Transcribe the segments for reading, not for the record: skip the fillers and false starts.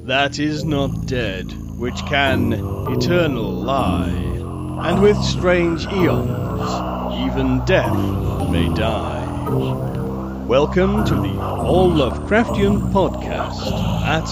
that is not dead, which can eternal lie, and with strange eons, even death may die. Welcome to the All Lovecraftian Podcast at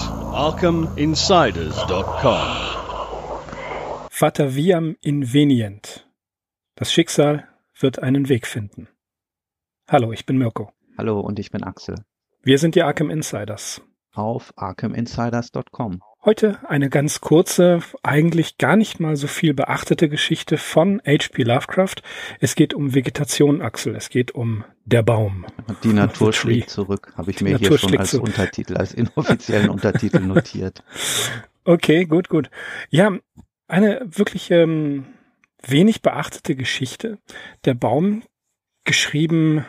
ArkhamInsiders.com. Fata viam invenient. Das Schicksal wird einen Weg finden. Hallo, ich bin Mirko. Hallo, und ich bin Axel. Wir sind die Arkham Insiders. Auf ArkhamInsiders.com. Heute eine ganz kurze, eigentlich gar nicht mal so viel beachtete Geschichte von H.P. Lovecraft. Es geht um Vegetation, Axel. Es geht um der Baum. Die Natur schlägt zurück, habe ich mir hier schon als Untertitel, als inoffiziellen Untertitel notiert. Okay, gut. Ja, eine wirklich wenig beachtete Geschichte. Der Baum, geschrieben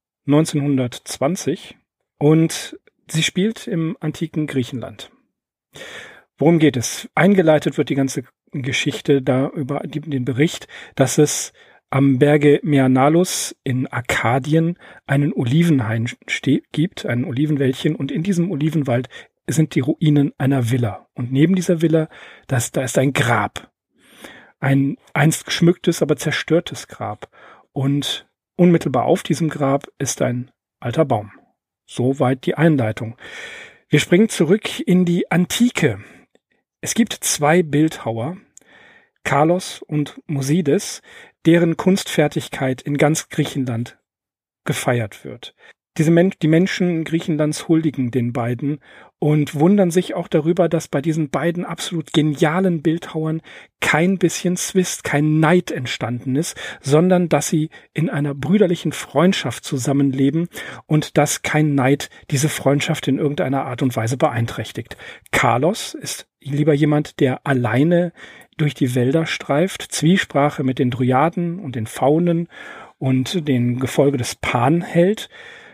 1920, und sie spielt im antiken Griechenland. Worum geht es? Eingeleitet wird die ganze Geschichte da über den Bericht, dass es am Berge Meanalus in Arkadien einen Olivenhain gibt, ein Olivenwäldchen, und in diesem Olivenwald sind die Ruinen einer Villa. Und neben dieser Villa, da ist ein Grab. Ein einst geschmücktes, aber zerstörtes Grab. Und unmittelbar auf diesem Grab ist ein alter Baum. Soweit die Einleitung. Wir springen zurück in die Antike. Es gibt zwei Bildhauer, Kalos und Musides, deren Kunstfertigkeit in ganz Griechenland gefeiert wird. Die Menschen Griechenlands huldigen den beiden und wundern sich auch darüber, dass bei diesen beiden absolut genialen Bildhauern kein bisschen Zwist, kein Neid entstanden ist, sondern dass sie in einer brüderlichen Freundschaft zusammenleben und dass kein Neid diese Freundschaft in irgendeiner Art und Weise beeinträchtigt. Kalos ist lieber jemand, der alleine durch die Wälder streift, Zwiesprache mit den Dryaden und den Faunen und den Gefolge des Pan hält.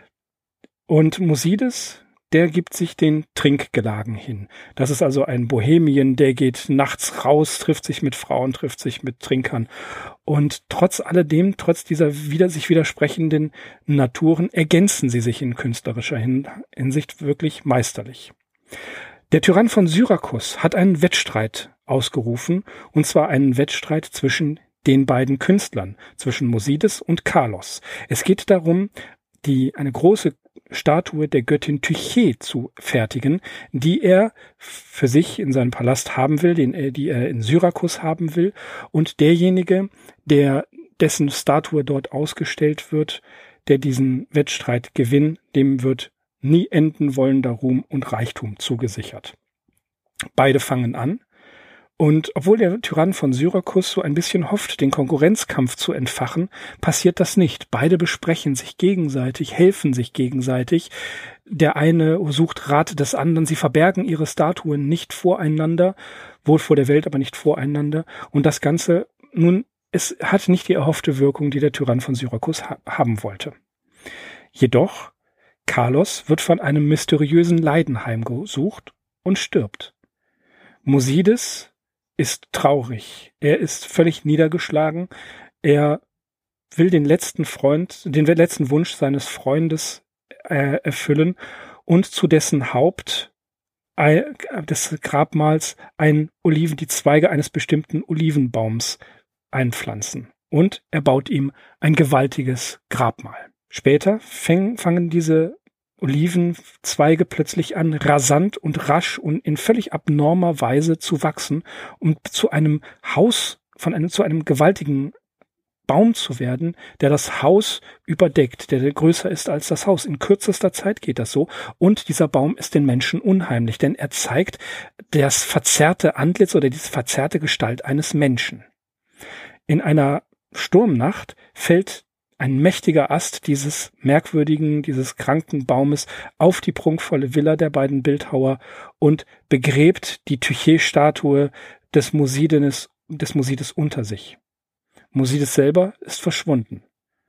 Und Musides, der gibt sich den Trinkgelagen hin. Das ist also ein Bohemien, der geht nachts raus, trifft sich mit Frauen, trifft sich mit Trinkern. Und trotz alledem, trotz dieser sich widersprechenden Naturen, ergänzen sie sich in künstlerischer Hinsicht wirklich meisterlich. Der Tyrann von Syrakus hat einen Wettstreit ausgerufen, und zwar einen Wettstreit zwischen den beiden Künstlern, zwischen Musides und Kalos. Es geht darum, eine große Statue der Göttin Tyche zu fertigen, die er für sich in seinem Palast haben will, die er in Syrakus haben will, und derjenige, dessen Statue dort ausgestellt wird, der diesen Wettstreit gewinnt, dem wird nie enden wollender Ruhm und Reichtum zugesichert. Beide fangen an. Und obwohl der Tyrann von Syrakus so ein bisschen hofft, den Konkurrenzkampf zu entfachen, passiert das nicht. Beide besprechen sich gegenseitig, helfen sich gegenseitig. Der eine sucht Rat des anderen. Sie verbergen ihre Statuen nicht voreinander, wohl vor der Welt, aber nicht voreinander. Und das Ganze, es hat nicht die erhoffte Wirkung, die der Tyrann von Syrakus haben wollte. Jedoch, Kalos wird von einem mysteriösen Leiden heimgesucht und stirbt. Musides ist traurig. Er ist völlig niedergeschlagen. Er will den letzten Wunsch seines Freundes erfüllen und zu dessen Haupt des Grabmals die Zweige eines bestimmten Olivenbaums einpflanzen. Und er baut ihm ein gewaltiges Grabmal. Später fangen diese Olivenzweige plötzlich an, rasant und rasch und in völlig abnormer Weise zu wachsen, um zu einem gewaltigen Baum zu werden, der das Haus überdeckt, der größer ist als das Haus. In kürzester Zeit geht das so. Und dieser Baum ist den Menschen unheimlich, denn er zeigt das verzerrte Antlitz oder diese verzerrte Gestalt eines Menschen. In einer Sturmnacht fällt ein mächtiger Ast dieses kranken Baumes auf die prunkvolle Villa der beiden Bildhauer und begräbt die Tyche-Statue des Musides unter sich. Musides selber ist verschwunden.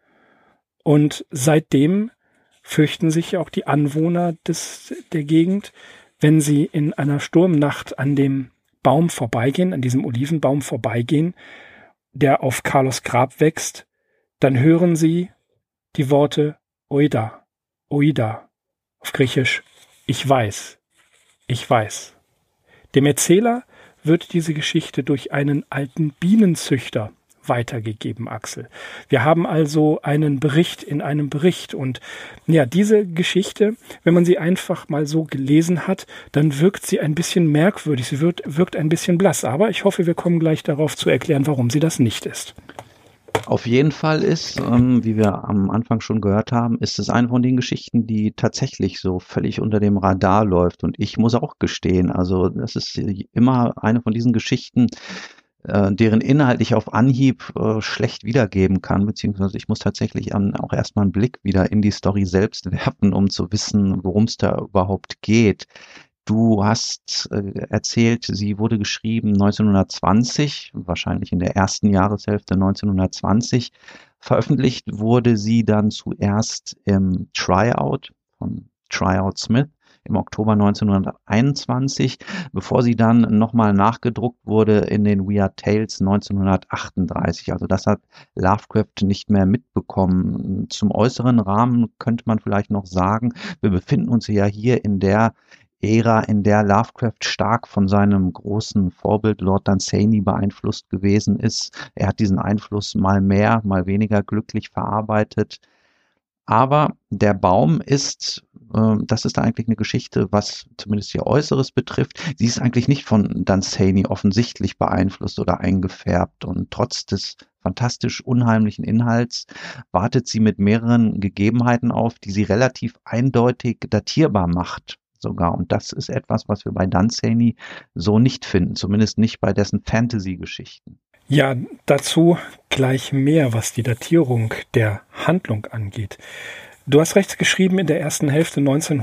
Und seitdem fürchten sich auch die Anwohner der Gegend, wenn sie in einer Sturmnacht an dem Baum vorbeigehen, an diesem Olivenbaum vorbeigehen, der auf Kalos Grab wächst, dann hören sie die Worte Oida, Oida, auf Griechisch, ich weiß, ich weiß. Dem Erzähler wird diese Geschichte durch einen alten Bienenzüchter weitergegeben, Axel. Wir haben also einen Bericht in einem Bericht und ja, diese Geschichte, wenn man sie einfach mal so gelesen hat, dann wirkt sie ein bisschen merkwürdig, sie wirkt ein bisschen blass, aber ich hoffe, wir kommen gleich darauf zu erklären, warum sie das nicht ist. Auf jeden Fall ist, wie wir am Anfang schon gehört haben, ist es eine von den Geschichten, die tatsächlich so völlig unter dem Radar läuft. Und ich muss auch gestehen, also das ist immer eine von diesen Geschichten, deren Inhalt ich auf Anhieb schlecht wiedergeben kann, beziehungsweise ich muss tatsächlich auch erstmal einen Blick wieder in die Story selbst werfen, um zu wissen, worum es da überhaupt geht. Du hast erzählt, sie wurde geschrieben 1920, wahrscheinlich in der ersten Jahreshälfte 1920. Veröffentlicht wurde sie dann zuerst im Tryout von Tryout Smith im Oktober 1921, bevor sie dann nochmal nachgedruckt wurde in den Weird Tales 1938. Also das hat Lovecraft nicht mehr mitbekommen. Zum äußeren Rahmen könnte man vielleicht noch sagen, wir befinden uns ja hier in der Ära, in der Lovecraft stark von seinem großen Vorbild Lord Dunsany beeinflusst gewesen ist. Er hat diesen Einfluss mal mehr, mal weniger glücklich verarbeitet. Aber der Baum ist, das ist eigentlich eine Geschichte, was zumindest ihr Äußeres betrifft. Sie ist eigentlich nicht von Dunsany offensichtlich beeinflusst oder eingefärbt. Und trotz des fantastisch unheimlichen Inhalts wartet sie mit mehreren Gegebenheiten auf, die sie relativ eindeutig datierbar macht. Sogar. Und das ist etwas, was wir bei Dunsany so nicht finden, zumindest nicht bei dessen Fantasy-Geschichten. Ja, dazu gleich mehr, was die Datierung der Handlung angeht. Du hast rechts geschrieben, in der ersten Hälfte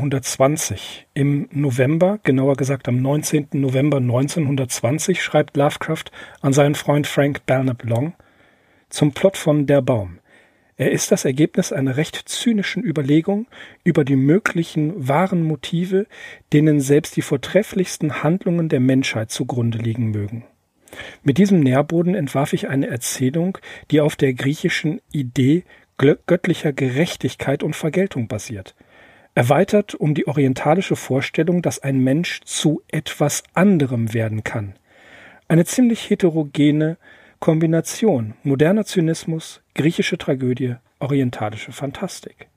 1920. Im November, genauer gesagt am 19. November 1920, schreibt Lovecraft an seinen Freund Frank Belknap Long zum Plot von Der Baum. Er ist das Ergebnis einer recht zynischen Überlegung über die möglichen wahren Motive, denen selbst die vortrefflichsten Handlungen der Menschheit zugrunde liegen mögen. Mit diesem Nährboden entwarf ich eine Erzählung, die auf der griechischen Idee göttlicher Gerechtigkeit und Vergeltung basiert. Erweitert um die orientalische Vorstellung, dass ein Mensch zu etwas anderem werden kann. Eine ziemlich heterogene Kombination moderner Zynismus, griechische Tragödie, orientalische Fantastik.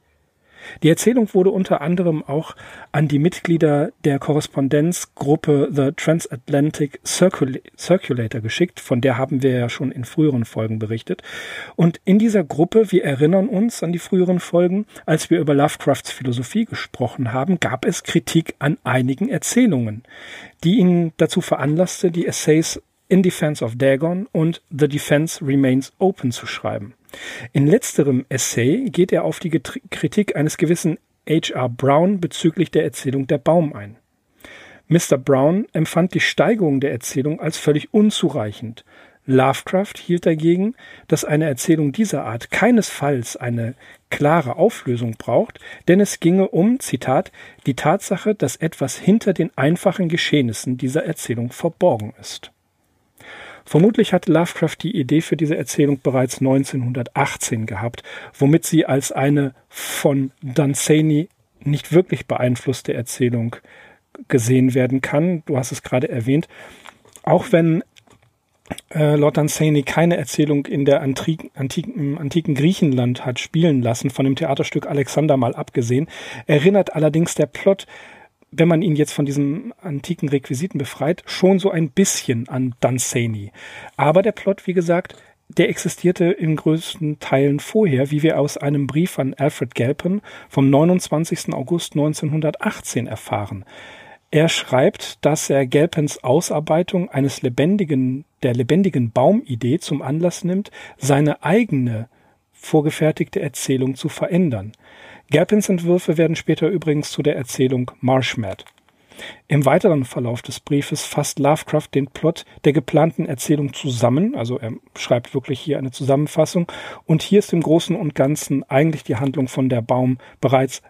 Die Erzählung wurde unter anderem auch an die Mitglieder der Korrespondenzgruppe The Transatlantic Circulator geschickt, von der haben wir ja schon in früheren Folgen berichtet. Und in dieser Gruppe, wir erinnern uns an die früheren Folgen, als wir über Lovecrafts Philosophie gesprochen haben, gab es Kritik an einigen Erzählungen, die ihn dazu veranlasste, die Essays In Defense of Dagon und The Defense Remains Open zu schreiben. In letzterem Essay geht er auf die Kritik eines gewissen H.R. Brown bezüglich der Erzählung Der Baum ein. Mr. Brown empfand die Steigerung der Erzählung als völlig unzureichend. Lovecraft hielt dagegen, dass eine Erzählung dieser Art keinesfalls eine klare Auflösung braucht, denn es ginge um, Zitat, die Tatsache, dass etwas hinter den einfachen Geschehnissen dieser Erzählung verborgen ist. Vermutlich hatte Lovecraft die Idee für diese Erzählung bereits 1918 gehabt, womit sie als eine von Dunsany nicht wirklich beeinflusste Erzählung gesehen werden kann. Du hast es gerade erwähnt. Auch wenn Lord Dunsany keine Erzählung in der im antiken Griechenland hat spielen lassen, von dem Theaterstück Alexander mal abgesehen, erinnert allerdings der Plot, wenn man ihn jetzt von diesen antiken Requisiten befreit, schon so ein bisschen an Dunsany. Aber der Plot, wie gesagt, der existierte in größten Teilen vorher, wie wir aus einem Brief an Alfred Galpin vom 29. August 1918 erfahren. Er schreibt, dass er Galpins Ausarbeitung der lebendigen Baumidee zum Anlass nimmt, seine eigene vorgefertigte Erzählung zu verändern. Galpins Entwürfe werden später übrigens zu der Erzählung Marshmat. Im weiteren Verlauf des Briefes fasst Lovecraft den Plot der geplanten Erzählung zusammen, also er schreibt wirklich hier eine Zusammenfassung, und hier ist im Großen und Ganzen eigentlich die Handlung von Der Baum bereits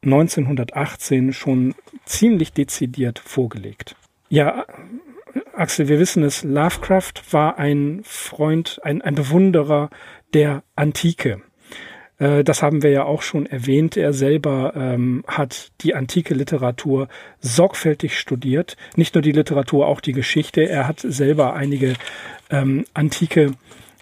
1918 schon ziemlich dezidiert vorgelegt. Ja, Axel, wir wissen es, Lovecraft war ein Freund, ein Bewunderer der Antike. Das haben wir ja auch schon erwähnt. Er selber hat die antike Literatur sorgfältig studiert. Nicht nur die Literatur, auch die Geschichte. Er hat selber einige antike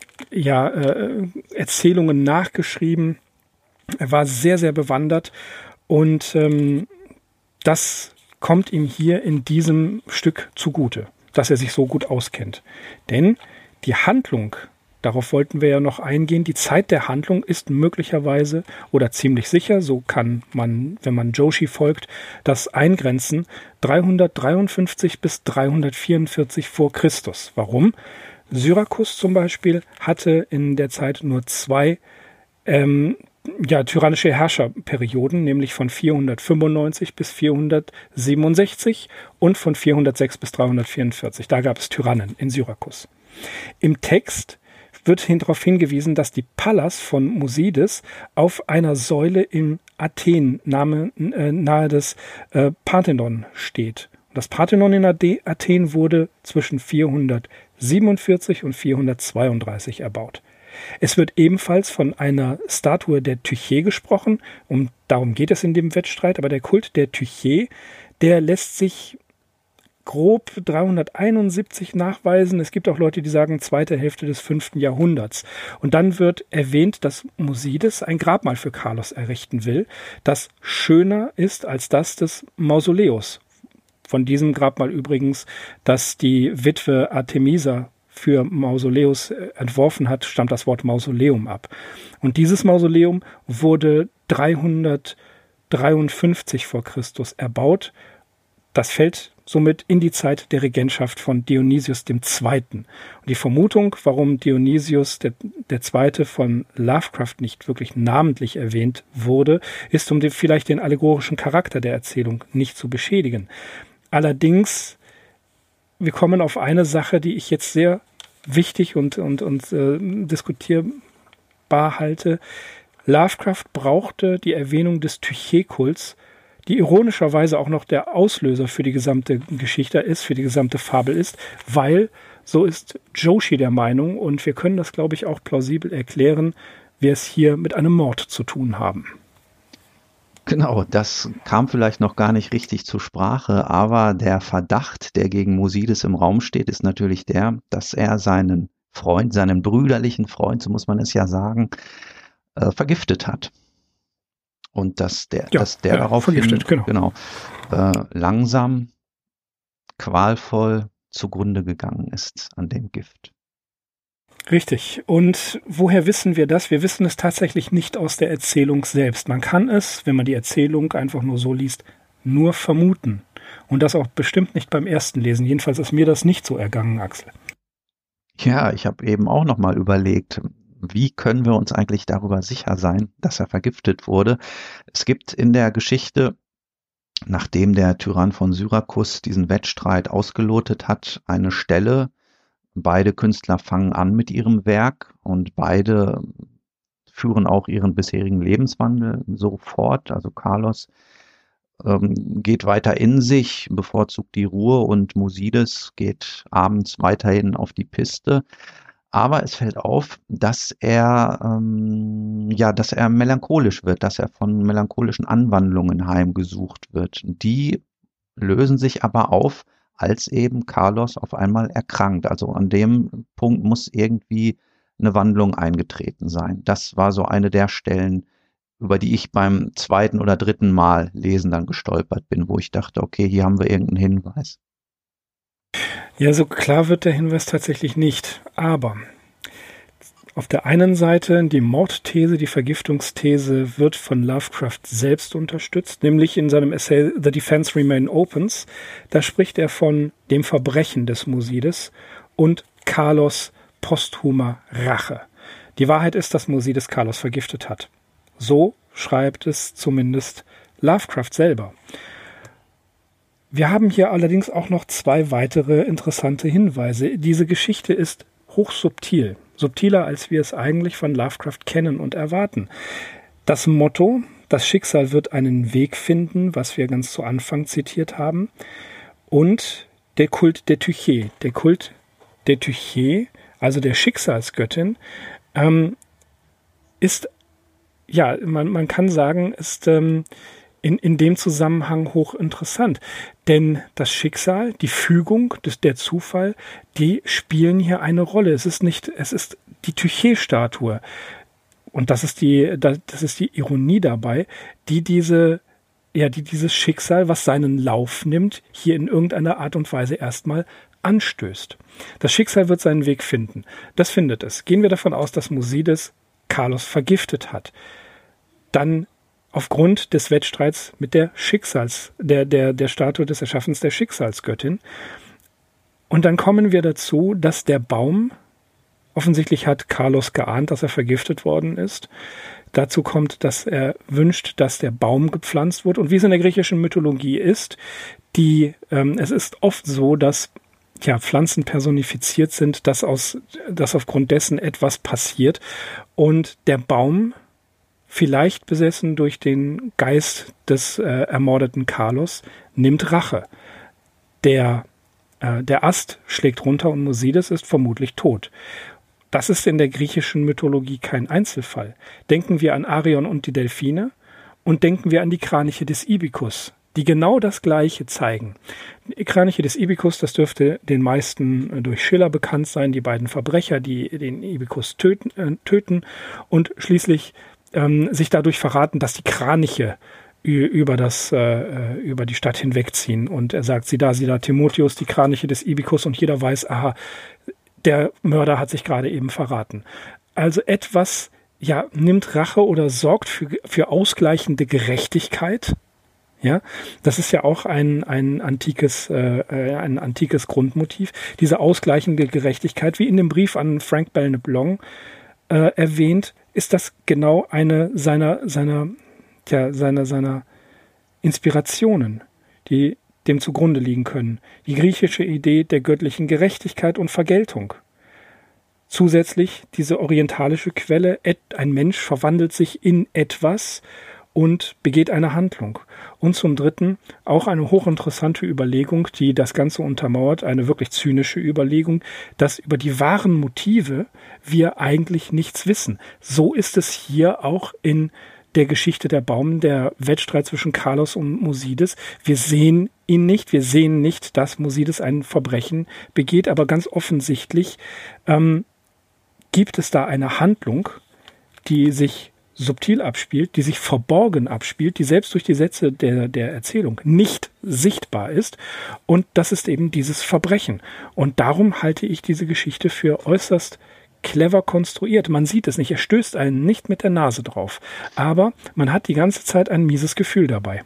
Erzählungen nachgeschrieben. Er war sehr, sehr bewandert und das kommt ihm hier in diesem Stück zugute, dass er sich so gut auskennt. Denn die Handlung, darauf wollten wir ja noch eingehen, die Zeit der Handlung ist möglicherweise oder ziemlich sicher, so kann man, wenn man Joshi folgt, das eingrenzen, 353 bis 344 vor Christus. Warum? Syrakus zum Beispiel hatte in der Zeit nur zwei tyrannische Herrscherperioden, nämlich von 495 bis 467 und von 406 bis 344. Da gab es Tyrannen in Syrakus. Im Text wird darauf hingewiesen, dass die Pallas von Musides auf einer Säule in Athen nahe des Parthenon steht. Das Parthenon in Athen wurde zwischen 447 und 432 erbaut. Es wird ebenfalls von einer Statue der Tyche gesprochen, darum geht es in dem Wettstreit, aber der Kult der Tyche, der lässt sich grob 371 nachweisen. Es gibt auch Leute, die sagen zweite Hälfte des 5. Jahrhunderts. Und dann wird erwähnt, dass Musides ein Grabmal für Carlos errichten will, das schöner ist als das des Mausoleus. Von diesem Grabmal übrigens, das die Witwe Artemisa für Mausoleus entworfen hat, stammt das Wort Mausoleum ab. Und dieses Mausoleum wurde 353 vor Christus erbaut. Das fällt somit in die Zeit der Regentschaft von Dionysius II. Und die Vermutung, warum Dionysius der Zweite von Lovecraft nicht wirklich namentlich erwähnt wurde, ist, um vielleicht den allegorischen Charakter der Erzählung nicht zu beschädigen. Allerdings, wir kommen auf eine Sache, die ich jetzt sehr wichtig und diskutierbar halte. Lovecraft brauchte die Erwähnung des Tyche-Kults, die ironischerweise auch noch der Auslöser für die gesamte Geschichte ist, für die gesamte Fabel ist, weil, so ist Joshi der Meinung, und wir können das, glaube ich, auch plausibel erklären, wir es hier mit einem Mord zu tun haben. Genau, das kam vielleicht noch gar nicht richtig zur Sprache, aber der Verdacht, der gegen Musides im Raum steht, ist natürlich der, dass er seinen Freund, seinen brüderlichen Freund, so muss man es ja sagen, vergiftet hat. Und dass der daraufhin langsam, qualvoll zugrunde gegangen ist an dem Gift. Richtig. Und woher wissen wir das? Wir wissen es tatsächlich nicht aus der Erzählung selbst. Man kann es, wenn man die Erzählung einfach nur so liest, nur vermuten. Und das auch bestimmt nicht beim ersten Lesen. Jedenfalls ist mir das nicht so ergangen, Axel. Ja, ich habe eben auch nochmal überlegt, wie können wir uns eigentlich darüber sicher sein, dass er vergiftet wurde? Es gibt in der Geschichte, nachdem der Tyrann von Syrakus diesen Wettstreit ausgelotet hat, eine Stelle. Beide Künstler fangen an mit ihrem Werk und beide führen auch ihren bisherigen Lebenswandel so fort. Also Carlos geht weiter in sich, bevorzugt die Ruhe, und Musides geht abends weiterhin auf die Piste. Aber es fällt auf, dass er melancholisch wird, dass er von melancholischen Anwandlungen heimgesucht wird. Die lösen sich aber auf, als eben Carlos auf einmal erkrankt. Also an dem Punkt muss irgendwie eine Wandlung eingetreten sein. Das war so eine der Stellen, über die ich beim zweiten oder dritten Mal lesen dann gestolpert bin, wo ich dachte, okay, hier haben wir irgendeinen Hinweis. Ja, so klar wird der Hinweis tatsächlich nicht. Aber auf der einen Seite die Mordthese, die Vergiftungsthese wird von Lovecraft selbst unterstützt, nämlich in seinem Essay The Defense Remain Opens. Da spricht er von dem Verbrechen des Musides und Carlos' posthumer Rache. Die Wahrheit ist, dass Musides Carlos vergiftet hat. So schreibt es zumindest Lovecraft selber. Wir haben hier allerdings auch noch zwei weitere interessante Hinweise. Diese Geschichte ist hochsubtil, subtiler, als wir es eigentlich von Lovecraft kennen und erwarten. Das Motto, das Schicksal wird einen Weg finden, was wir ganz zu Anfang zitiert haben, und der Kult der Tyche. Der Kult der Tyche, also der Schicksalsgöttin, ist ja, man kann sagen, ist in dem Zusammenhang hochinteressant. Denn das Schicksal, die Fügung, der Zufall, die spielen hier eine Rolle. Es ist die Tyché-Statue. Und das ist die Ironie dabei, die dieses Schicksal, was seinen Lauf nimmt, hier in irgendeiner Art und Weise erstmal anstößt. Das Schicksal wird seinen Weg finden. Das findet es. Gehen wir davon aus, dass Musides Carlos vergiftet hat. Dann aufgrund des Wettstreits mit der der Statue des Erschaffens der Schicksalsgöttin. Und dann kommen wir dazu, dass der Baum, offensichtlich hat Carlos geahnt, dass er vergiftet worden ist. Dazu kommt, dass er wünscht, dass der Baum gepflanzt wird. Und wie es in der griechischen Mythologie ist, es ist oft so, dass Pflanzen personifiziert sind, dass aufgrund dessen etwas passiert. Und der Baum, vielleicht besessen durch den Geist des ermordeten Carlos, nimmt Rache. Der Ast schlägt runter und Musides ist vermutlich tot. Das ist in der griechischen Mythologie kein Einzelfall. Denken wir an Arion und die Delphine und denken wir an die Kraniche des Ibykus, die genau das Gleiche zeigen. Die Kraniche des Ibykus, das dürfte den meisten durch Schiller bekannt sein, die beiden Verbrecher, die den Ibykus töten und schließlich sich dadurch verraten, dass die Kraniche über die Stadt hinwegziehen. Und er sagt, sieh da, Timotheus, die Kraniche des Ibykus, und jeder weiß, aha, der Mörder hat sich gerade eben verraten. Also etwas, nimmt Rache oder sorgt für ausgleichende Gerechtigkeit. Ja, das ist ja auch ein antikes Grundmotiv. Diese ausgleichende Gerechtigkeit, wie in dem Brief an Frank Belknap-Long erwähnt, ist das genau eine seiner Inspirationen, die dem zugrunde liegen können. Die griechische Idee der göttlichen Gerechtigkeit und Vergeltung. Zusätzlich diese orientalische Quelle, ein Mensch verwandelt sich in etwas und begeht eine Handlung. Und zum Dritten auch eine hochinteressante Überlegung, die das Ganze untermauert, eine wirklich zynische Überlegung, dass über die wahren Motive wir eigentlich nichts wissen. So ist es hier auch in der Geschichte der Baum, der Wettstreit zwischen Carlos und Musides. Wir sehen ihn nicht, wir sehen nicht, dass Musides ein Verbrechen begeht, aber ganz offensichtlich gibt es da eine Handlung, die sich subtil abspielt, die sich verborgen abspielt, die selbst durch die Sätze der Erzählung nicht sichtbar ist. Und das ist eben dieses Verbrechen. Und darum halte ich diese Geschichte für äußerst clever konstruiert. Man sieht es nicht, er stößt einen nicht mit der Nase drauf. Aber man hat die ganze Zeit ein mieses Gefühl dabei.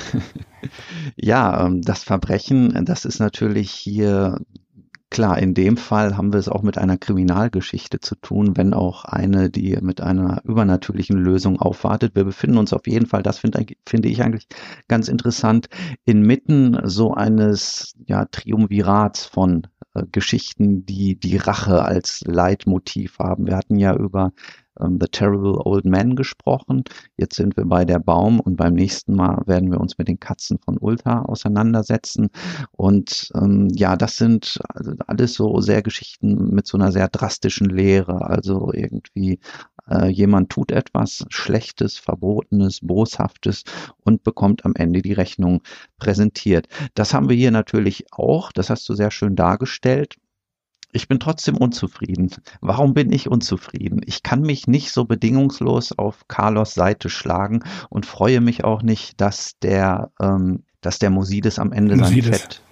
Ja, das Verbrechen, das ist natürlich hier klar. In dem Fall haben wir es auch mit einer Kriminalgeschichte zu tun, wenn auch eine, die mit einer übernatürlichen Lösung aufwartet. Wir befinden uns auf jeden Fall, das finde ich eigentlich ganz interessant, inmitten so eines Triumvirats von Geschichten, die Rache als Leitmotiv haben. Wir hatten ja über The Terrible Old Man gesprochen. Jetzt sind wir bei der Baum und beim nächsten Mal werden wir uns mit den Katzen von Ulta auseinandersetzen. Und das sind alles so sehr Geschichten mit so einer sehr drastischen Lehre. Also irgendwie jemand tut etwas Schlechtes, Verbotenes, Boshaftes und bekommt am Ende die Rechnung präsentiert. Das haben wir hier natürlich auch. Das hast du sehr schön dargestellt. Ich bin trotzdem unzufrieden. Warum bin ich unzufrieden? Ich kann mich nicht so bedingungslos auf Carlos Seite schlagen und freue mich auch nicht, dass der Musides am Ende sein Fett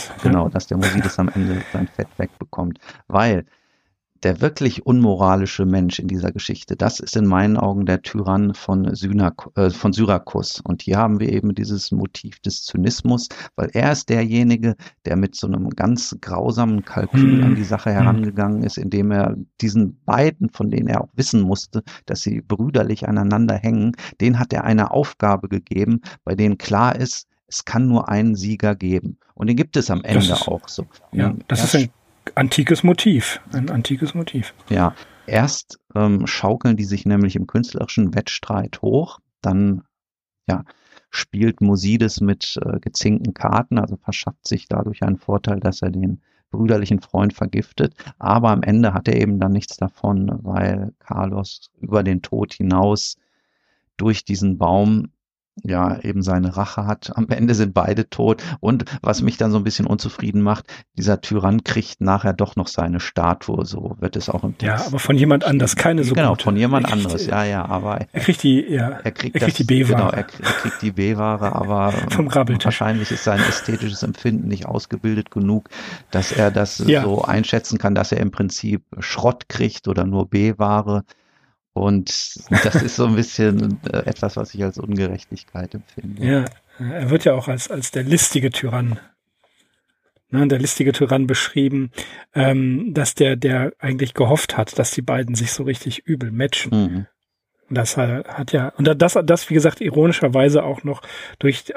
wegbekommt. Weil der wirklich unmoralische Mensch in dieser Geschichte, das ist in meinen Augen der Tyrann von Syrakus. Und hier haben wir eben dieses Motiv des Zynismus, weil er ist derjenige, der mit so einem ganz grausamen Kalkül an die Sache herangegangen ist, indem er diesen beiden, von denen er auch wissen musste, dass sie brüderlich aneinander hängen, denen hat er eine Aufgabe gegeben, bei denen klar ist, es kann nur einen Sieger geben. Und den gibt es am Ende auch so. Ja, das ist ein antikes Motiv. Ja, erst schaukeln die sich nämlich im künstlerischen Wettstreit hoch, dann spielt Musides mit gezinkten Karten, also verschafft sich dadurch einen Vorteil, dass er den brüderlichen Freund vergiftet, aber am Ende hat er eben dann nichts davon, weil Carlos über den Tod hinaus durch diesen Baum ja eben seine Rache hat. Am Ende sind beide tot. Und was mich dann so ein bisschen unzufrieden macht, dieser Tyrann kriegt nachher doch noch seine Statue. So wird es auch im Text. Ja, aber von jemand anders, keine so genau, gute. Von jemand anderes, aber er kriegt die B-Ware. Genau, er kriegt die B-Ware, aber vom Grabbeltisch. Wahrscheinlich ist sein ästhetisches Empfinden nicht ausgebildet genug, dass er das so einschätzen kann, dass er im Prinzip Schrott kriegt oder nur B-Ware. Und das ist so ein bisschen etwas, was ich als Ungerechtigkeit empfinde. Ja, er wird ja auch als der listige Tyrann, der listige Tyrann beschrieben, dass der eigentlich gehofft hat, dass die beiden sich so richtig übel matchen. Mhm. Das hat ja, und das, wie gesagt, ironischerweise auch noch durch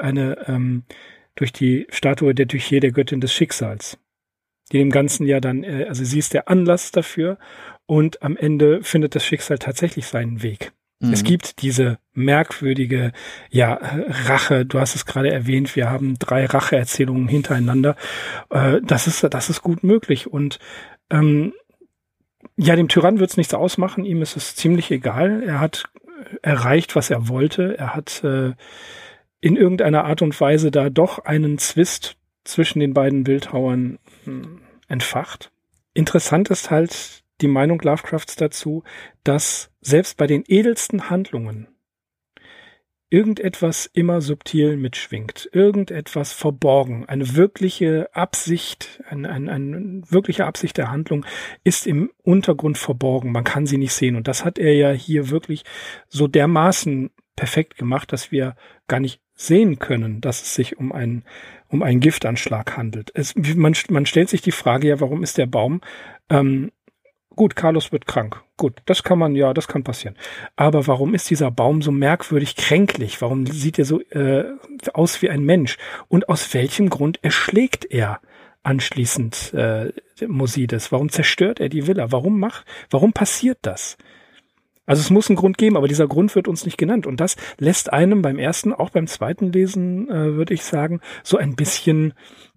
die Statue der Tyche, der Göttin des Schicksals, die dem Ganzen ja dann, also sie ist der Anlass dafür und am Ende findet das Schicksal tatsächlich seinen Weg. Mhm. Es gibt diese merkwürdige, Rache, du hast es gerade erwähnt, wir haben 3 Racheerzählungen hintereinander, das ist gut möglich und dem Tyrann wird es nichts ausmachen, ihm ist es ziemlich egal, er hat erreicht, was er wollte, er hat in irgendeiner Art und Weise da doch einen Zwist zwischen den beiden Bildhauern entfacht. Interessant ist halt die Meinung Lovecrafts dazu, dass selbst bei den edelsten Handlungen irgendetwas immer subtil mitschwingt, irgendetwas verborgen, eine wirkliche Absicht, eine wirkliche Absicht der Handlung ist im Untergrund verborgen, man kann sie nicht sehen und das hat er ja hier wirklich so dermaßen perfekt gemacht, dass wir gar nicht sehen können, dass es sich um einen Giftanschlag handelt. Man stellt sich die Frage, warum ist der Baum gut, Carlos wird krank. Gut, das kann passieren. Aber warum ist dieser Baum so merkwürdig kränklich? Warum sieht er so aus wie ein Mensch? Und aus welchem Grund erschlägt er anschließend Mosides? Warum zerstört er die Villa? Warum passiert das? Also es muss einen Grund geben, aber dieser Grund wird uns nicht genannt. Und das lässt einem beim ersten, auch beim zweiten Lesen, würde ich sagen, so ein bisschen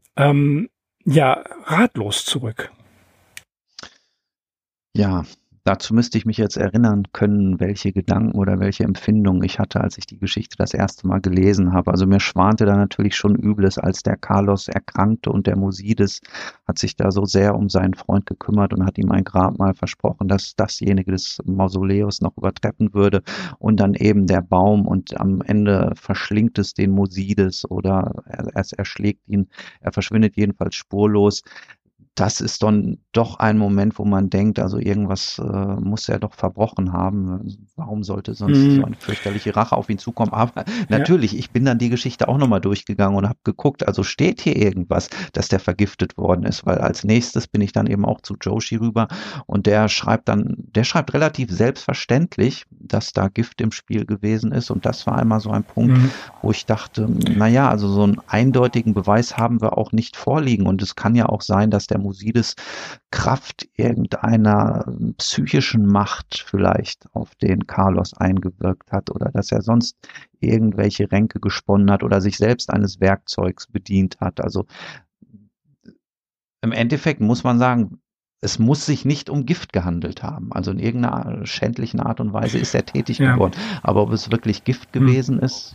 ratlos zurück. Ja, dazu müsste ich mich jetzt erinnern können, welche Gedanken oder welche Empfindungen ich hatte, als ich die Geschichte das erste Mal gelesen habe. Also mir schwante da natürlich schon Übles, als der Carlos erkrankte und der Mosides hat sich da so sehr um seinen Freund gekümmert und hat ihm ein Grabmal versprochen, dass dasjenige des Mausoleums noch übertreffen würde und dann eben der Baum und am Ende verschlingt es den Mosides oder er erschlägt ihn, er verschwindet jedenfalls spurlos. Das ist dann doch ein Moment, wo man denkt, also irgendwas muss er doch verbrochen haben. Warum sollte sonst so eine fürchterliche Rache auf ihn zukommen? Aber natürlich, ich bin dann die Geschichte auch nochmal durchgegangen und habe geguckt, also steht hier irgendwas, dass der vergiftet worden ist? Weil als nächstes bin ich dann eben auch zu Joshi rüber und der schreibt relativ selbstverständlich, dass da Gift im Spiel gewesen ist und das war einmal so ein Punkt, wo ich dachte, also so einen eindeutigen Beweis haben wir auch nicht vorliegen und es kann ja auch sein, dass der Mosides Kraft irgendeiner psychischen Macht vielleicht auf den Carlos eingewirkt hat oder dass er sonst irgendwelche Ränke gesponnen hat oder sich selbst eines Werkzeugs bedient hat. Also im Endeffekt muss man sagen, es muss sich nicht um Gift gehandelt haben. Also in irgendeiner schändlichen Art und Weise ist er tätig geworden. Aber ob es wirklich Gift gewesen ist,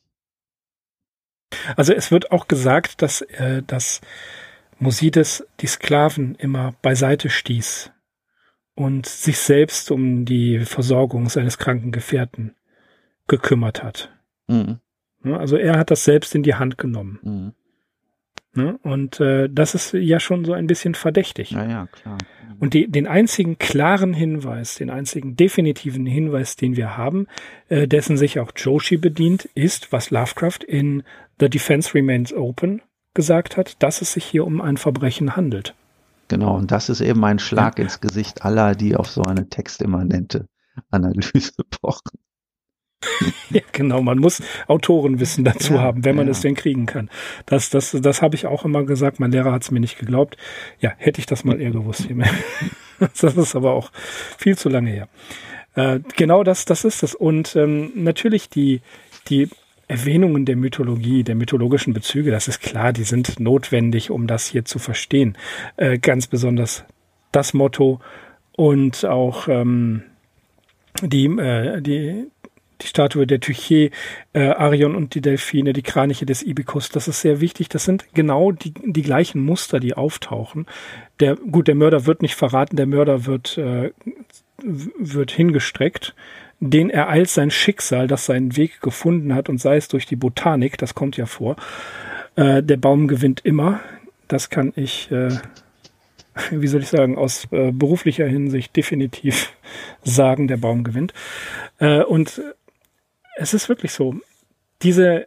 Also es wird auch gesagt, dass Mosides die Sklaven immer beiseite stieß und sich selbst um die Versorgung seines kranken Gefährten gekümmert hat. Mhm. Also er hat das selbst in die Hand genommen. Mhm. Und das ist ja schon so ein bisschen verdächtig. Ja, klar. Und den einzigen klaren Hinweis, den einzigen definitiven Hinweis, den wir haben, dessen sich auch Joshi bedient, ist, was Lovecraft in The Defense Remains Open gesagt hat, dass es sich hier um ein Verbrechen handelt. Genau, und das ist eben ein Schlag ins Gesicht aller, die auf so eine textimmanente Analyse pochen. Ja, genau, man muss Autorenwissen dazu haben, wenn man es denn kriegen kann. Das habe ich auch immer gesagt, mein Lehrer hat es mir nicht geglaubt. Ja, hätte ich das mal eher gewusst. Das ist aber auch viel zu lange her. Genau das ist es. Und natürlich die Erwähnungen der Mythologie, der mythologischen Bezüge, das ist klar, die sind notwendig, um das hier zu verstehen. Ganz besonders das Motto und auch die die Statue der Tyche, Arion und die Delfine, die Kraniche des Ibikus, das ist sehr wichtig. Das sind genau die gleichen Muster, die auftauchen. Der Mörder wird nicht verraten, der Mörder wird hingestreckt. Den ereilt sein Schicksal, das seinen Weg gefunden hat, und sei es durch die Botanik, das kommt ja vor. Der Baum gewinnt immer. Das kann ich, wie soll ich sagen, aus beruflicher Hinsicht definitiv sagen, der Baum gewinnt. Und es ist wirklich so, dieser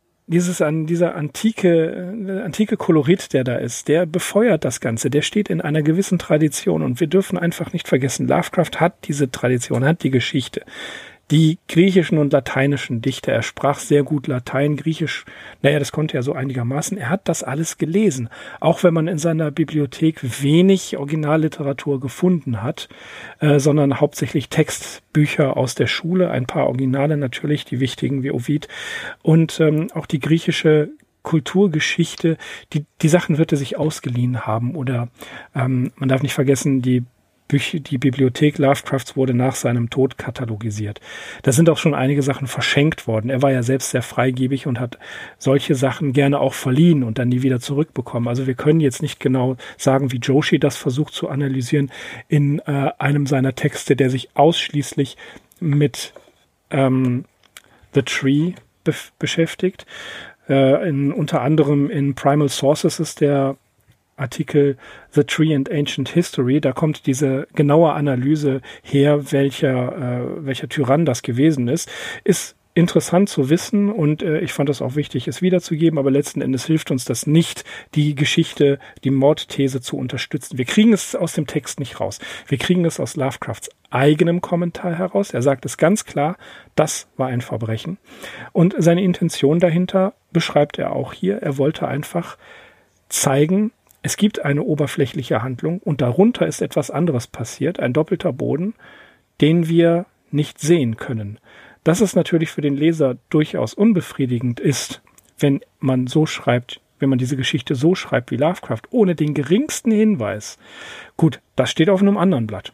antike Kolorit, der da ist, der befeuert das Ganze, der steht in einer gewissen Tradition, und wir dürfen einfach nicht vergessen, Lovecraft hat diese Tradition, hat die Geschichte. Die griechischen und lateinischen Dichter, er sprach sehr gut Latein, Griechisch, das konnte er so einigermaßen, er hat das alles gelesen. Auch wenn man in seiner Bibliothek wenig Originalliteratur gefunden hat, sondern hauptsächlich Textbücher aus der Schule, ein paar Originale natürlich, die wichtigen wie Ovid, und auch die griechische Kulturgeschichte, die Sachen wird er sich ausgeliehen haben, oder man darf nicht vergessen, die Bibliothek Lovecrafts wurde nach seinem Tod katalogisiert. Da sind auch schon einige Sachen verschenkt worden. Er war ja selbst sehr freigebig und hat solche Sachen gerne auch verliehen und dann nie wieder zurückbekommen. Also wir können jetzt nicht genau sagen, wie Joshi das versucht zu analysieren in einem seiner Texte, der sich ausschließlich mit The Tree beschäftigt. Unter anderem in Primal Sources ist der Artikel The Tree and Ancient History, da kommt diese genaue Analyse her, welcher Tyrann das gewesen ist. Ist interessant zu wissen, und ich fand es auch wichtig, es wiederzugeben, aber letzten Endes hilft uns das nicht, die Geschichte, die Mordthese zu unterstützen. Wir kriegen es aus dem Text nicht raus. Wir kriegen es aus Lovecrafts eigenem Kommentar heraus. Er sagt es ganz klar, das war ein Verbrechen. Und seine Intention dahinter beschreibt er auch hier. Er wollte einfach zeigen, es gibt eine oberflächliche Handlung und darunter ist etwas anderes passiert, ein doppelter Boden, den wir nicht sehen können. Dass es natürlich für den Leser durchaus unbefriedigend ist, wenn man so schreibt, wenn man diese Geschichte so schreibt wie Lovecraft, ohne den geringsten Hinweis. Gut, das steht auf einem anderen Blatt.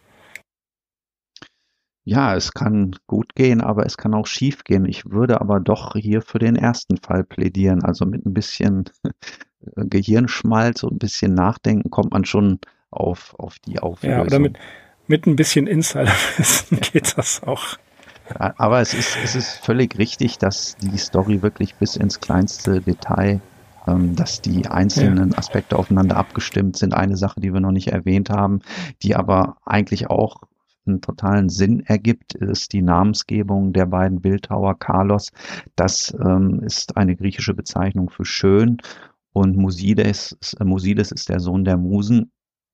Ja, es kann gut gehen, aber es kann auch schief gehen. Ich würde aber doch hier für den ersten Fall plädieren. Also mit ein bisschen Gehirnschmalz und ein bisschen Nachdenken kommt man schon auf die Auflösung. Ja, oder mit ein bisschen Insiderwissen geht das auch. Ja, aber es ist völlig richtig, dass die Story wirklich bis ins kleinste Detail, dass die einzelnen Aspekte aufeinander abgestimmt sind. Eine Sache, die wir noch nicht erwähnt haben, die aber eigentlich auch einen totalen Sinn ergibt, ist die Namensgebung der beiden Bildhauer. Carlos, das ist eine griechische Bezeichnung für schön, und Musides ist der Sohn der Musen.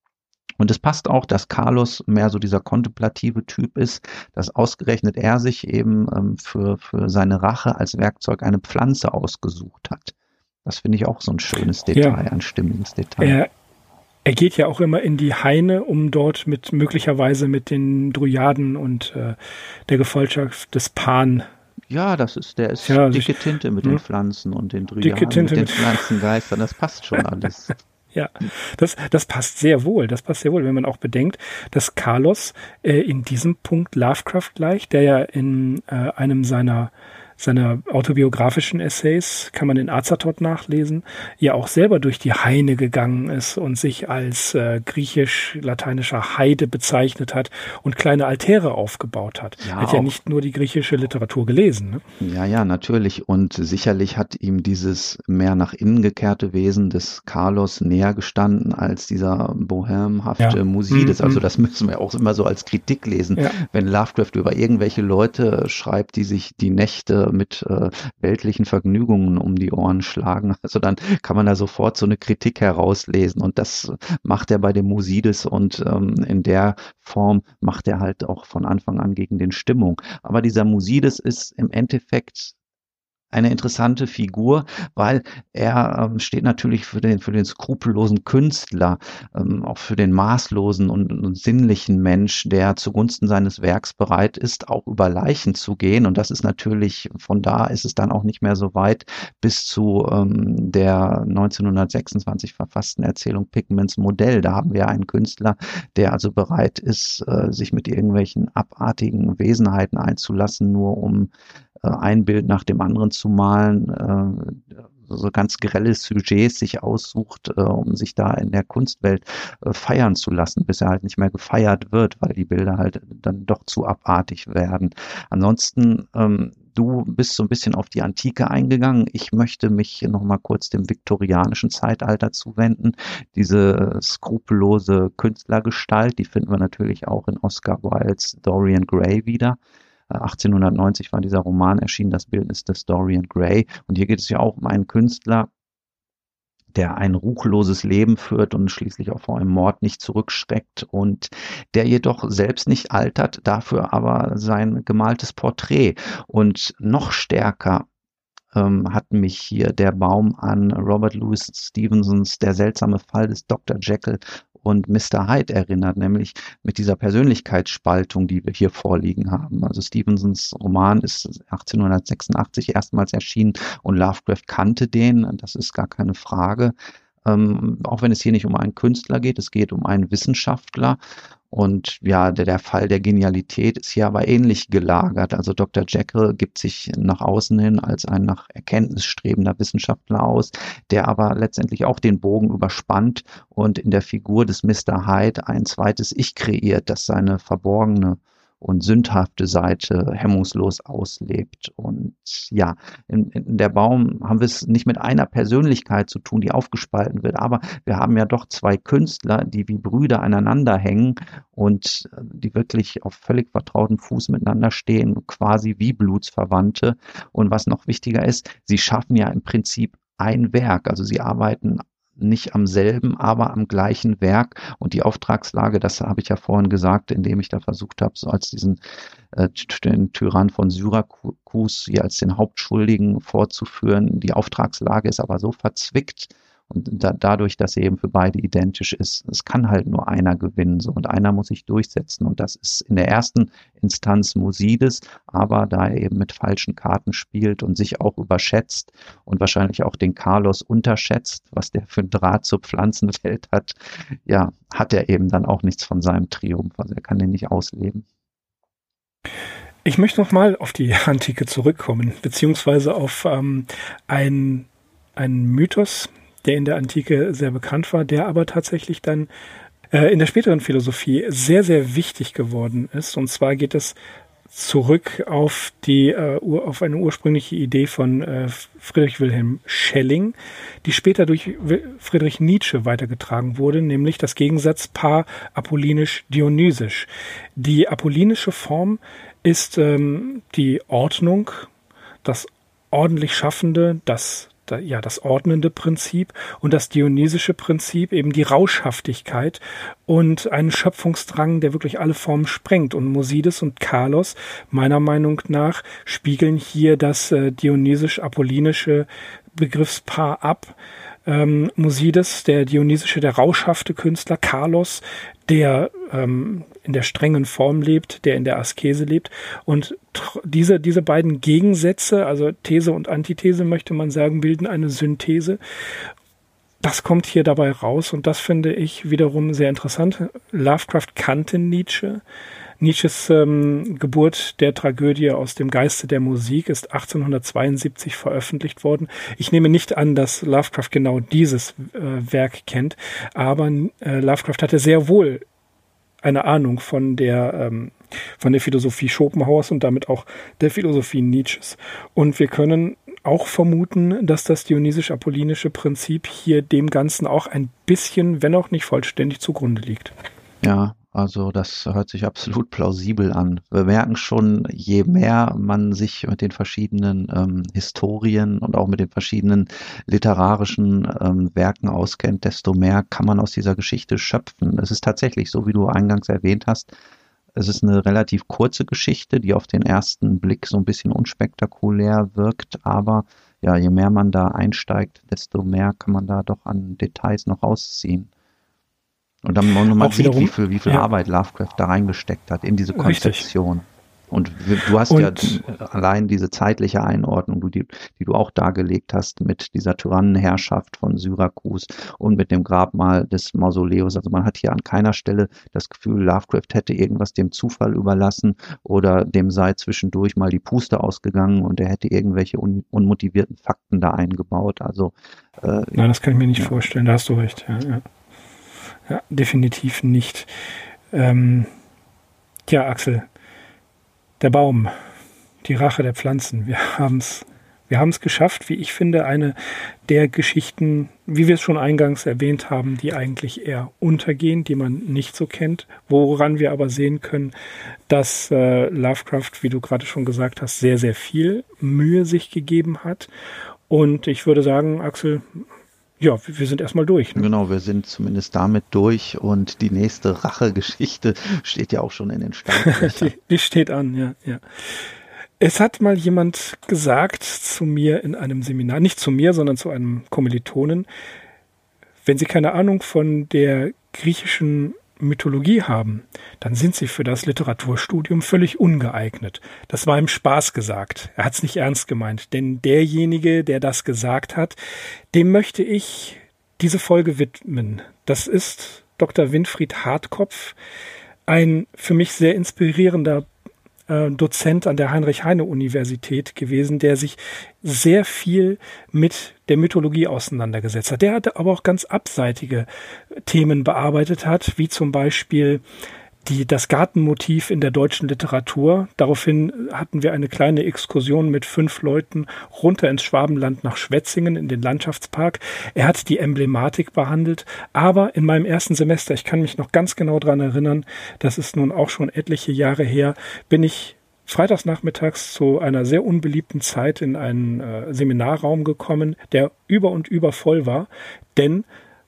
Und es passt auch, dass Carlos mehr so dieser kontemplative Typ ist, dass ausgerechnet er sich eben für seine Rache als Werkzeug eine Pflanze ausgesucht hat. Das finde ich auch so ein schönes Detail, ein stimmiges Detail. Er geht ja auch immer in die Haine, um dort möglicherweise mit den Dryaden und der Gefolgschaft des Pan. Ja, der ist dicke Tinte mit den Pflanzen und den Dryaden mit den Pflanzengeistern. Das passt schon alles. Ja, das passt sehr wohl. Das passt sehr wohl, wenn man auch bedenkt, dass Carlos in diesem Punkt Lovecraft gleicht, der ja in einem seiner autobiografischen Essays, kann man in Azathoth nachlesen, ja auch selber durch die Haine gegangen ist und sich als griechisch-lateinischer Heide bezeichnet hat und kleine Altäre aufgebaut hat. Ja, er hat ja nicht nur die griechische Literatur gelesen. Ne? Ja, natürlich. Und sicherlich hat ihm dieses mehr nach innen gekehrte Wesen des Carlos näher gestanden als dieser bohemhafte Musides. Also das müssen wir auch immer so als Kritik lesen. Ja. Wenn Lovecraft über irgendwelche Leute schreibt, die sich die Nächte mit weltlichen Vergnügungen um die Ohren schlagen. Also dann kann man da sofort so eine Kritik herauslesen, und das macht er bei dem Musides, und in der Form macht er halt auch von Anfang an gegen den Stimmung. Aber dieser Musides ist im Endeffekt eine interessante Figur, weil er steht natürlich für den skrupellosen Künstler, auch für den maßlosen und sinnlichen Mensch, der zugunsten seines Werks bereit ist, auch über Leichen zu gehen. Und das ist natürlich, von da ist es dann auch nicht mehr so weit bis zu der 1926 verfassten Erzählung Pigments Modell. Da haben wir einen Künstler, der also bereit ist, sich mit irgendwelchen abartigen Wesenheiten einzulassen, nur um ein Bild nach dem anderen zu malen, so ganz grelle Sujets sich aussucht, um sich da in der Kunstwelt feiern zu lassen, bis er halt nicht mehr gefeiert wird, weil die Bilder halt dann doch zu abartig werden. Ansonsten, du bist so ein bisschen auf die Antike eingegangen. Ich möchte mich noch mal kurz dem viktorianischen Zeitalter zuwenden. Diese skrupellose Künstlergestalt, die finden wir natürlich auch in Oscar Wildes Dorian Gray wieder. 1890 war dieser Roman erschienen, das Bildnis des Dorian Gray. Und hier geht es ja auch um einen Künstler, der ein ruchloses Leben führt und schließlich auch vor einem Mord nicht zurückschreckt und der jedoch selbst nicht altert, dafür aber sein gemaltes Porträt. Und noch stärker hat mich hier der Baum an Robert Louis Stevensons Der seltsame Fall des Dr. Jekyll und Mr. Hyde erinnert, nämlich mit dieser Persönlichkeitsspaltung, die wir hier vorliegen haben. Also Stevensons Roman ist 1886 erstmals erschienen und Lovecraft kannte den, das ist gar keine Frage. Auch wenn es hier nicht um einen Künstler geht, es geht um einen Wissenschaftler. Und ja, der Fall der Genialität ist hier aber ähnlich gelagert. Also Dr. Jekyll gibt sich nach außen hin als ein nach Erkenntnis strebender Wissenschaftler aus, der aber letztendlich auch den Bogen überspannt und in der Figur des Mr. Hyde ein zweites Ich kreiert, das seine verborgene und sündhafte Seite hemmungslos auslebt. Und ja, in der Baum haben wir es nicht mit einer Persönlichkeit zu tun, die aufgespalten wird, aber wir haben ja doch zwei Künstler, die wie Brüder aneinander hängen und die wirklich auf völlig vertrautem Fuß miteinander stehen, quasi wie Blutsverwandte. Und was noch wichtiger ist, sie schaffen ja im Prinzip ein Werk, also sie arbeiten nicht am selben, aber am gleichen Werk. Und die Auftragslage, das habe ich ja vorhin gesagt, indem ich da versucht habe, so als den Tyrann von Syrakus hier als den Hauptschuldigen vorzuführen. Die Auftragslage ist aber so verzwickt und dadurch, dass sie eben für beide identisch ist, es kann halt nur einer gewinnen, so, und einer muss sich durchsetzen. Und das ist in der ersten Instanz Musides, aber da er eben mit falschen Karten spielt und sich auch überschätzt und wahrscheinlich auch den Carlos unterschätzt, was der für ein Draht zur Pflanzenwelt hat, ja, hat er eben dann auch nichts von seinem Triumph. Also er kann den nicht ausleben. Ich möchte nochmal auf die Antike zurückkommen, beziehungsweise auf einen Mythos, der in der Antike sehr bekannt war, der aber tatsächlich dann in der späteren Philosophie sehr, sehr wichtig geworden ist. Und zwar geht es zurück auf auf eine ursprüngliche Idee von Friedrich Wilhelm Schelling, die später durch Friedrich Nietzsche weitergetragen wurde, nämlich das Gegensatzpaar apollinisch-dionysisch. Die apollinische Form ist die Ordnung, das ordentlich Schaffende, das ordnende Prinzip, und das dionysische Prinzip eben die Rauschhaftigkeit und einen Schöpfungsdrang, der wirklich alle Formen sprengt. Und Musides und Carlos, meiner Meinung nach, spiegeln hier das dionysisch-apollinische Begriffspaar ab. Musides, der dionysische, der rauschhafte Künstler, Carlos, der in der strengen Form lebt, der in der Askese lebt. Und diese beiden Gegensätze, also These und Antithese, möchte man sagen, bilden eine Synthese. Das kommt hier dabei raus und das finde ich wiederum sehr interessant. Lovecraft kannte Nietzsche. Nietzsches Geburt der Tragödie aus dem Geiste der Musik ist 1872 veröffentlicht worden. Ich nehme nicht an, dass Lovecraft genau dieses Werk kennt, aber Lovecraft hatte sehr wohl eine Ahnung von der Philosophie Schopenhauers und damit auch der Philosophie Nietzsches. Und wir können auch vermuten, dass das dionysisch-apollinische Prinzip hier dem Ganzen auch ein bisschen, wenn auch nicht vollständig, zugrunde liegt. Ja, also das hört sich absolut plausibel an. Wir merken schon, je mehr man sich mit den verschiedenen Historien und auch mit den verschiedenen literarischen Werken auskennt, desto mehr kann man aus dieser Geschichte schöpfen. Es ist tatsächlich so, wie du eingangs erwähnt hast, Es ist eine relativ kurze Geschichte, die auf den ersten Blick so ein bisschen unspektakulär wirkt, aber ja, je mehr man da einsteigt, desto mehr kann man da doch an Details noch rausziehen. Und dann man sieht, wie viel Arbeit Lovecraft da reingesteckt hat in diese Konzeption. Richtig. Und du hast ja allein diese zeitliche Einordnung, die du auch dargelegt hast mit dieser Tyrannenherrschaft von Syrakus und mit dem Grabmal des Mausoleus. Also man hat hier an keiner Stelle das Gefühl, Lovecraft hätte irgendwas dem Zufall überlassen oder dem sei zwischendurch mal die Puste ausgegangen und er hätte irgendwelche unmotivierten Fakten da eingebaut. Also nein, das kann ich mir nicht vorstellen, da hast du recht. Ja, definitiv nicht. Axel, der Baum, die Rache der Pflanzen, wir haben es geschafft, wie ich finde, eine der Geschichten, wie wir es schon eingangs erwähnt haben, die eigentlich eher untergehen, die man nicht so kennt, woran wir aber sehen können, dass Lovecraft, wie du gerade schon gesagt hast, sehr, sehr viel Mühe sich gegeben hat. Und ich würde sagen, Axel, ja, wir sind erstmal durch. Ne? Genau, wir sind zumindest damit durch und die nächste Rachegeschichte steht ja auch schon in den Startlöchern. die steht an, ja. Es hat mal jemand gesagt zu mir in einem Seminar, nicht zu mir, sondern zu einem Kommilitonen, wenn Sie keine Ahnung von der griechischen Mythologie haben, dann sind Sie für das Literaturstudium völlig ungeeignet. Das war im Spaß gesagt. Er hat es nicht ernst gemeint, denn derjenige, der das gesagt hat, dem möchte ich diese Folge widmen. Das ist Dr. Winfried Hartkopf, ein für mich sehr inspirierender Dozent an der Heinrich-Heine-Universität gewesen, der sich sehr viel mit der Mythologie auseinandergesetzt hat. Der hatte aber auch ganz abseitige Themen bearbeitet hat, wie zum Beispiel das Gartenmotiv in der deutschen Literatur. Daraufhin hatten wir eine kleine Exkursion mit 5 Leuten runter ins Schwabenland nach Schwetzingen in den Landschaftspark. Er hat die Emblematik behandelt, aber in meinem ersten Semester, ich kann mich noch ganz genau dran erinnern, das ist nun auch schon etliche Jahre her, bin ich freitags nachmittags zu einer sehr unbeliebten Zeit in einen Seminarraum gekommen, der über und über voll war, denn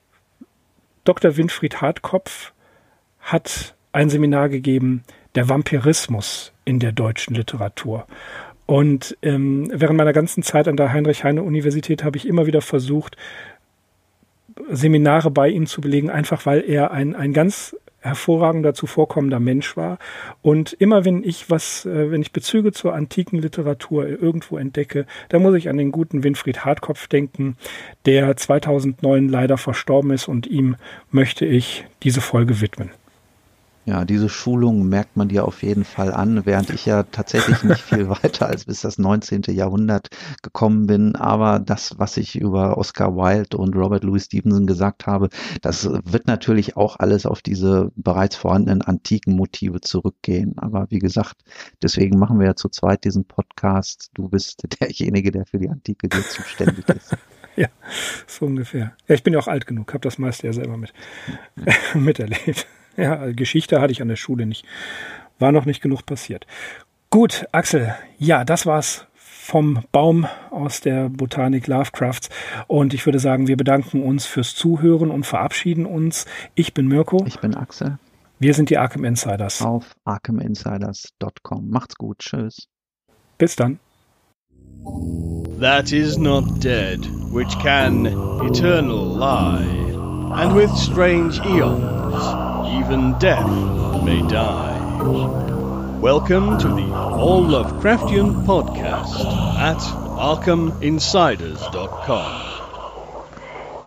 Dr. Winfried Hartkopf hat ein Seminar gegeben, der Vampirismus in der deutschen Literatur. Und während meiner ganzen Zeit an der Heinrich-Heine-Universität habe ich immer wieder versucht, Seminare bei ihm zu belegen, einfach weil er ein ganz hervorragender, zuvorkommender Mensch war. Und immer wenn ich Bezüge zur antiken Literatur irgendwo entdecke, da muss ich an den guten Winfried Hartkopf denken, der 2009 leider verstorben ist, und ihm möchte ich diese Folge widmen. Ja, diese Schulung merkt man dir auf jeden Fall an, während ich ja tatsächlich nicht viel weiter als bis das 19. Jahrhundert gekommen bin. Aber das, was ich über Oscar Wilde und Robert Louis Stevenson gesagt habe, das wird natürlich auch alles auf diese bereits vorhandenen antiken Motive zurückgehen. Aber wie gesagt, deswegen machen wir ja zu zweit diesen Podcast. Du bist derjenige, der für die Antike hier zuständig ist. Ja, so ungefähr. Ja, ich bin ja auch alt genug, habe das meiste ja selber miterlebt. Ja, Geschichte hatte ich an der Schule nicht. War noch nicht genug passiert. Gut, Axel, ja, das war's vom Baum aus der Botanik Lovecrafts. Und ich würde sagen, wir bedanken uns fürs Zuhören und verabschieden uns. Ich bin Mirko. Ich bin Axel. Wir sind die Arkham Insiders. Auf arkhaminsiders.com. Macht's gut. Tschüss. Bis dann. That is not dead, which can eternal lie, and with strange eons even death may die. Welcome to the All Lovecraftian Podcast at ArkhamInsiders.com.